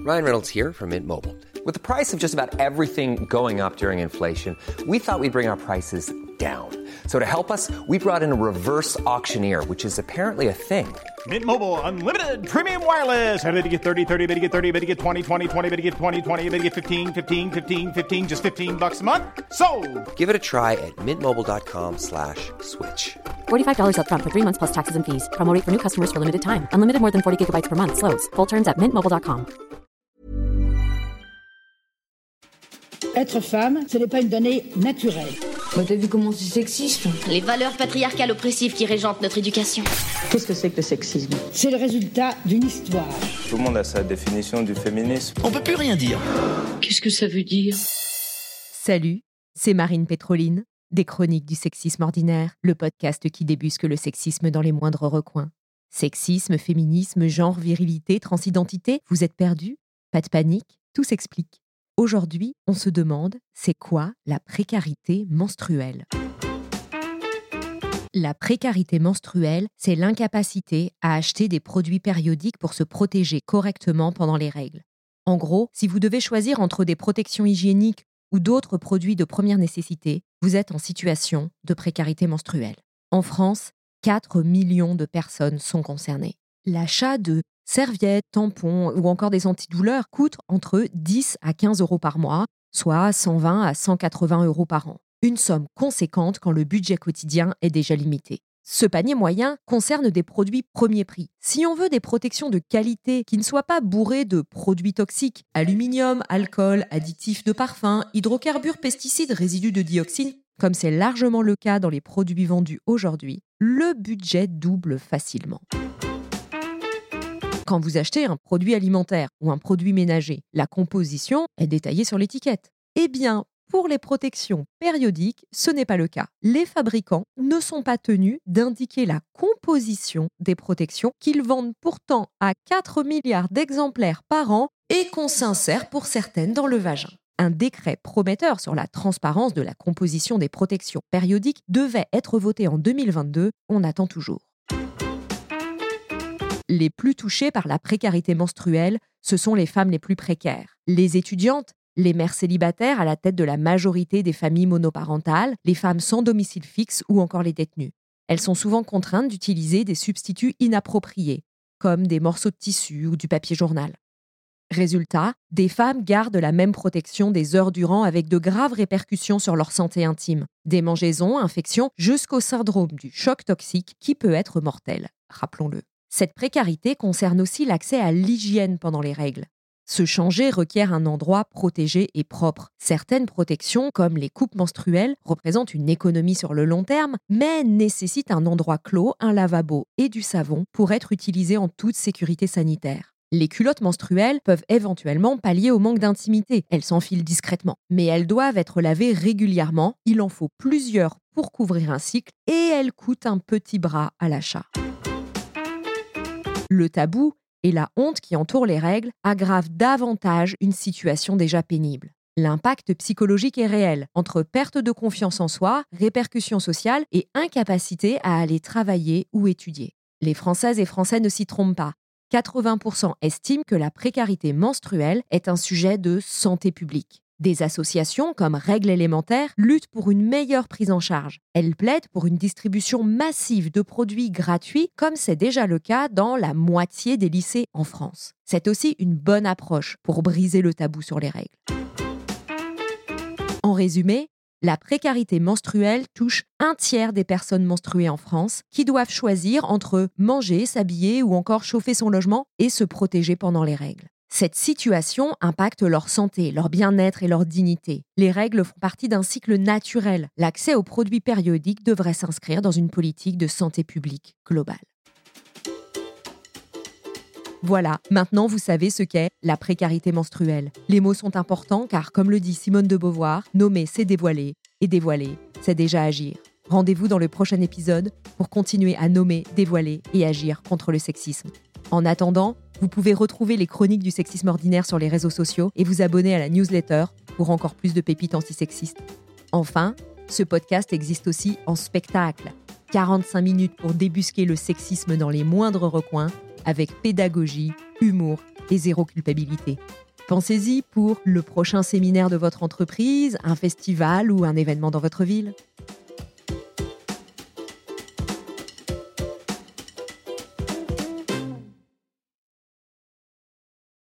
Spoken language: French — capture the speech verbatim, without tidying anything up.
Ryan Reynolds here from Mint Mobile. With the price of just about everything going up during inflation, we thought we'd bring our prices down. So to help us, we brought in a reverse auctioneer, which is apparently a thing. Mint Mobile Unlimited Premium Wireless. How to get thirty, thirty, how to get thirty, how to get twenty, twenty, twenty, how to get twenty, twenty, how to get fifteen, fifteen, fifteen, fifteen, just fifteen bucks a month? Sold! Give it a try at mintmobile.com slash switch. forty-five dollars up front for three months plus taxes and fees. Promo rate for new customers for limited time. Unlimited more than forty gigabytes per month. Slows full terms at mint mobile dot com. Être femme, ce n'est pas une donnée naturelle. Bah, t'as vu comment c'est sexiste ? Les valeurs patriarcales oppressives qui régentent notre éducation. Qu'est-ce que c'est que le sexisme ? C'est le résultat d'une histoire. Tout le monde a sa définition du féminisme. On peut plus rien dire. Qu'est-ce que ça veut dire ? Salut, c'est Marine Pétroline, des Chroniques du sexisme ordinaire, le podcast qui débusque le sexisme dans les moindres recoins. Sexisme, féminisme, genre, virilité, transidentité, vous êtes perdus ? Pas de panique, tout s'explique. Aujourd'hui, on se demande, c'est quoi la précarité menstruelle ? La précarité menstruelle, c'est l'incapacité à acheter des produits périodiques pour se protéger correctement pendant les règles. En gros, si vous devez choisir entre des protections hygiéniques ou d'autres produits de première nécessité, vous êtes en situation de précarité menstruelle. En France, quatre millions de personnes sont concernées. L'achat de serviettes, tampons ou encore des antidouleurs coûtent entre dix à quinze euros par mois, soit cent vingt à cent quatre-vingts euros par an. Une somme conséquente quand le budget quotidien est déjà limité. Ce panier moyen concerne des produits premier prix. Si on veut des protections de qualité qui ne soient pas bourrées de produits toxiques, aluminium, alcool, additifs de parfum, hydrocarbures, pesticides, résidus de dioxine, comme c'est largement le cas dans les produits vendus aujourd'hui, le budget double facilement. Quand vous achetez un produit alimentaire ou un produit ménager, la composition est détaillée sur l'étiquette. Eh bien, pour les protections périodiques, ce n'est pas le cas. Les fabricants ne sont pas tenus d'indiquer la composition des protections qu'ils vendent pourtant à quatre milliards d'exemplaires par an et qu'on s'insère pour certaines dans le vagin. Un décret prometteur sur la transparence de la composition des protections périodiques devait être voté en deux mille vingt-deux, on attend toujours. Les plus touchées par la précarité menstruelle, ce sont les femmes les plus précaires. Les étudiantes, les mères célibataires à la tête de la majorité des familles monoparentales, les femmes sans domicile fixe ou encore les détenues. Elles sont souvent contraintes d'utiliser des substituts inappropriés, comme des morceaux de tissu ou du papier journal. Résultat, des femmes gardent la même protection des heures durant avec de graves répercussions sur leur santé intime. Des mangeaisons, infections, jusqu'au syndrome du choc toxique qui peut être mortel, rappelons-le. Cette précarité concerne aussi l'accès à l'hygiène pendant les règles. Se changer requiert un endroit protégé et propre. Certaines protections, comme les coupes menstruelles, représentent une économie sur le long terme, mais nécessitent un endroit clos, un lavabo et du savon pour être utilisés en toute sécurité sanitaire. Les culottes menstruelles peuvent éventuellement pallier au manque d'intimité. Elles s'enfilent discrètement. Mais elles doivent être lavées régulièrement. Il en faut plusieurs pour couvrir un cycle et elles coûtent un petit bras à l'achat. Le tabou et la honte qui entourent les règles aggravent davantage une situation déjà pénible. L'impact psychologique est réel, entre perte de confiance en soi, répercussions sociales et incapacité à aller travailler ou étudier. Les Françaises et Français ne s'y trompent pas. quatre-vingts pour cent estiment que la précarité menstruelle est un sujet de santé publique. Des associations comme Règles élémentaires luttent pour une meilleure prise en charge. Elles plaident pour une distribution massive de produits gratuits, comme c'est déjà le cas dans la moitié des lycées en France. C'est aussi une bonne approche pour briser le tabou sur les règles. En résumé, la précarité menstruelle touche un tiers des personnes menstruées en France qui doivent choisir entre manger, s'habiller ou encore chauffer son logement et se protéger pendant les règles. Cette situation impacte leur santé, leur bien-être et leur dignité. Les règles font partie d'un cycle naturel. L'accès aux produits périodiques devrait s'inscrire dans une politique de santé publique globale. Voilà, maintenant vous savez ce qu'est la précarité menstruelle. Les mots sont importants car, comme le dit Simone de Beauvoir, nommer c'est dévoiler et dévoiler c'est déjà agir. Rendez-vous dans le prochain épisode pour continuer à nommer, dévoiler et agir contre le sexisme. En attendant, vous pouvez retrouver les chroniques du sexisme ordinaire sur les réseaux sociaux et vous abonner à la newsletter pour encore plus de pépites antisexistes. Enfin, ce podcast existe aussi en spectacle. quarante-cinq minutes pour débusquer le sexisme dans les moindres recoins, avec pédagogie, humour et zéro culpabilité. Pensez-y pour le prochain séminaire de votre entreprise, un festival ou un événement dans votre ville.